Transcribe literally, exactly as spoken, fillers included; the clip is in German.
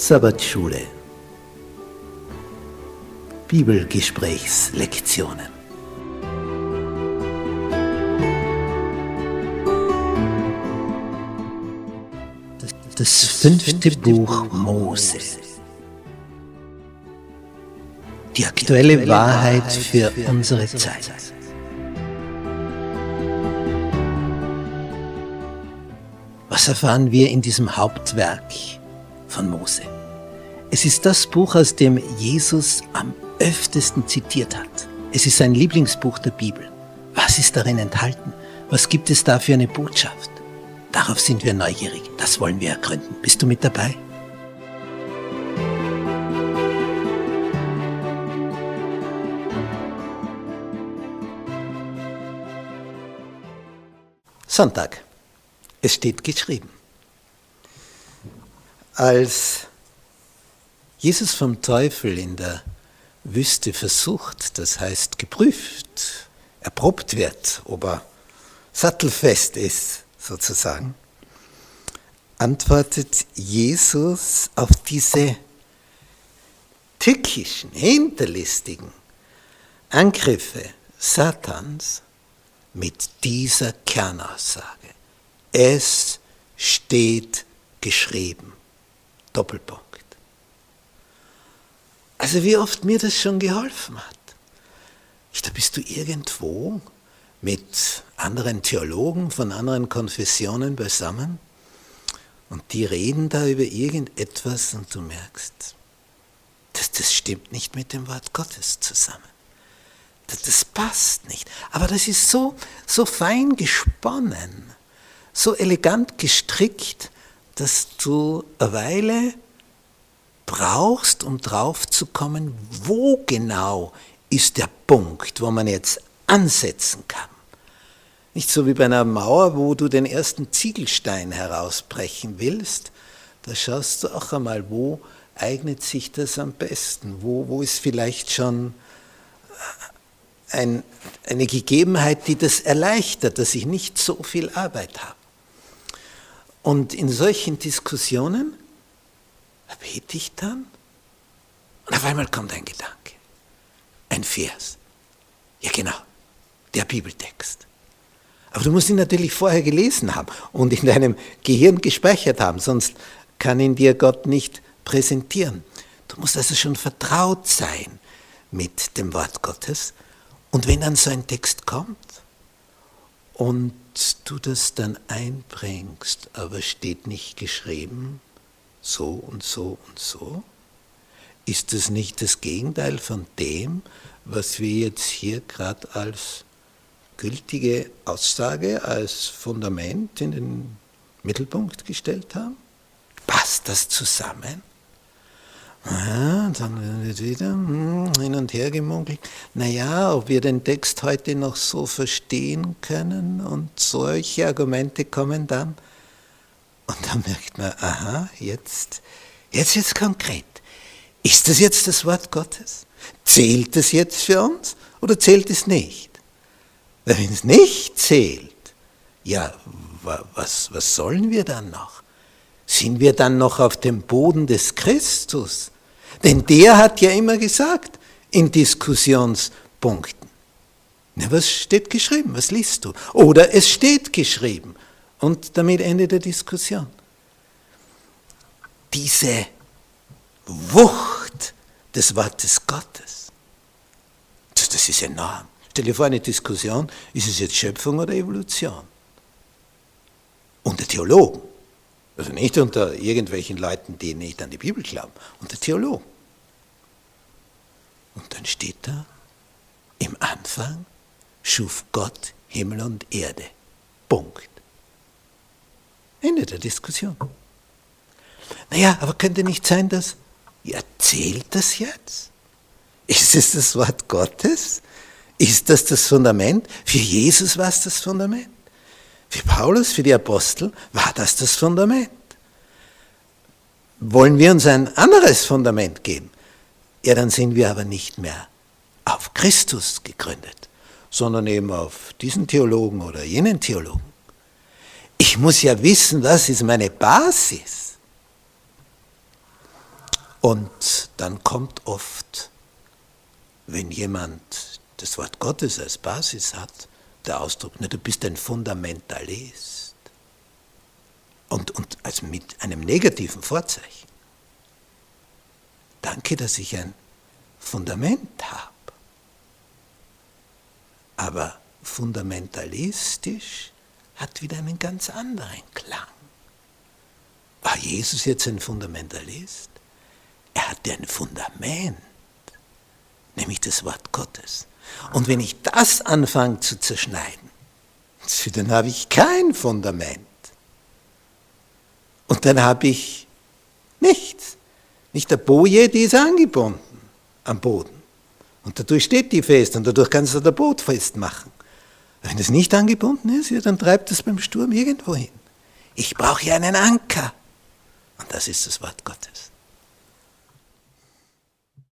Sabbatschule. Bibelgesprächslektionen. Das fünfte Buch Mose. Die aktuelle Wahrheit für unsere Zeit. Was erfahren wir in diesem Hauptwerk von Mose? Es ist das Buch, aus dem Jesus am öftesten zitiert hat. Es ist sein Lieblingsbuch der Bibel. Was ist darin enthalten? Was gibt es da für eine Botschaft? Darauf sind wir neugierig. Das wollen wir ergründen. Bist du mit dabei? Sonntag. Es steht geschrieben. Als Jesus vom Teufel in der Wüste versucht, das heißt geprüft, erprobt wird, ob er sattelfest ist, sozusagen, antwortet Jesus auf diese tückischen, hinterlistigen Angriffe Satans mit dieser Kernaussage. Es steht geschrieben. Doppelpunkt. Also wie oft mir das schon geholfen hat. Da bist du irgendwo mit anderen Theologen von anderen Konfessionen beisammen und die reden da über irgendetwas und du merkst, das, das stimmt nicht mit dem Wort Gottes zusammen. Das, das passt nicht. Aber das ist so, so fein gesponnen, so elegant gestrickt, dass du eine Weile brauchst, um drauf zu kommen, wo genau ist der Punkt, wo man jetzt ansetzen kann. Nicht so wie bei einer Mauer, wo du den ersten Ziegelstein herausbrechen willst, da schaust du auch einmal, wo eignet sich das am besten, wo, wo ist vielleicht schon ein, eine Gegebenheit, die das erleichtert, dass ich nicht so viel Arbeit habe. Und in solchen Diskussionen bete ich dann und auf einmal kommt ein Gedanke, ein Vers. Ja genau, der Bibeltext. Aber du musst ihn natürlich vorher gelesen haben und in deinem Gehirn gespeichert haben, sonst kann ihn dir Gott nicht präsentieren. Du musst also schon vertraut sein mit dem Wort Gottes. Und wenn dann so ein Text kommt und du das dann einbringst, aber steht nicht geschrieben, so und so und so, ist das nicht das Gegenteil von dem, was wir jetzt hier gerade als gültige Aussage, als Fundament in den Mittelpunkt gestellt haben? Passt das zusammen? Ja, dann wird wieder hin und her gemunkelt. Naja, ob wir den Text heute noch so verstehen können und solche Argumente kommen dann. Und dann merkt man, aha, jetzt, jetzt jetzt konkret. Ist das jetzt das Wort Gottes? Zählt es jetzt für uns oder zählt es nicht? Wenn es nicht zählt, ja, was, was sollen wir dann noch? Sind wir dann noch auf dem Boden des Christus? Denn der hat ja immer gesagt, in Diskussionspunkten, na, was steht geschrieben, was liest du? Oder es steht geschrieben und damit Ende der Diskussion. Diese Wucht des Wortes Gottes, das, das ist enorm. Stell dir vor, eine Diskussion, ist es jetzt Schöpfung oder Evolution? Unter Theologen. Also nicht unter irgendwelchen Leuten, die nicht an die Bibel glauben, unter Theologen. Und dann steht da, im Anfang schuf Gott Himmel und Erde. Punkt. Ende der Diskussion. Naja, aber könnte nicht sein, dass, ja, zählt das jetzt? Ist es das Wort Gottes? Ist das das Fundament? Für Jesus war es das Fundament. Für Paulus, für die Apostel war das das Fundament. Wollen wir uns ein anderes Fundament geben? Ja, dann sind wir aber nicht mehr auf Christus gegründet, sondern eben auf diesen Theologen oder jenen Theologen. Ich muss ja wissen, was ist meine Basis. Und dann kommt oft, wenn jemand das Wort Gottes als Basis hat, der Ausdruck, na, du bist ein Fundamentalist. Und, und also mit einem negativen Vorzeichen. Danke, dass ich ein Fundament habe. Aber fundamentalistisch hat wieder einen ganz anderen Klang. War Jesus jetzt ein Fundamentalist? Er hatte ein Fundament, nämlich das Wort Gottes. Und wenn ich das anfange zu zerschneiden, dann habe ich kein Fundament. Und dann habe ich nichts. Nicht der Boje, die ist angebunden am Boden. Und dadurch steht die fest und dadurch kannst du das Boot festmachen. Wenn es nicht angebunden ist, ja, dann treibt es beim Sturm irgendwo hin. Ich brauche hier einen Anker. Und das ist das Wort Gottes.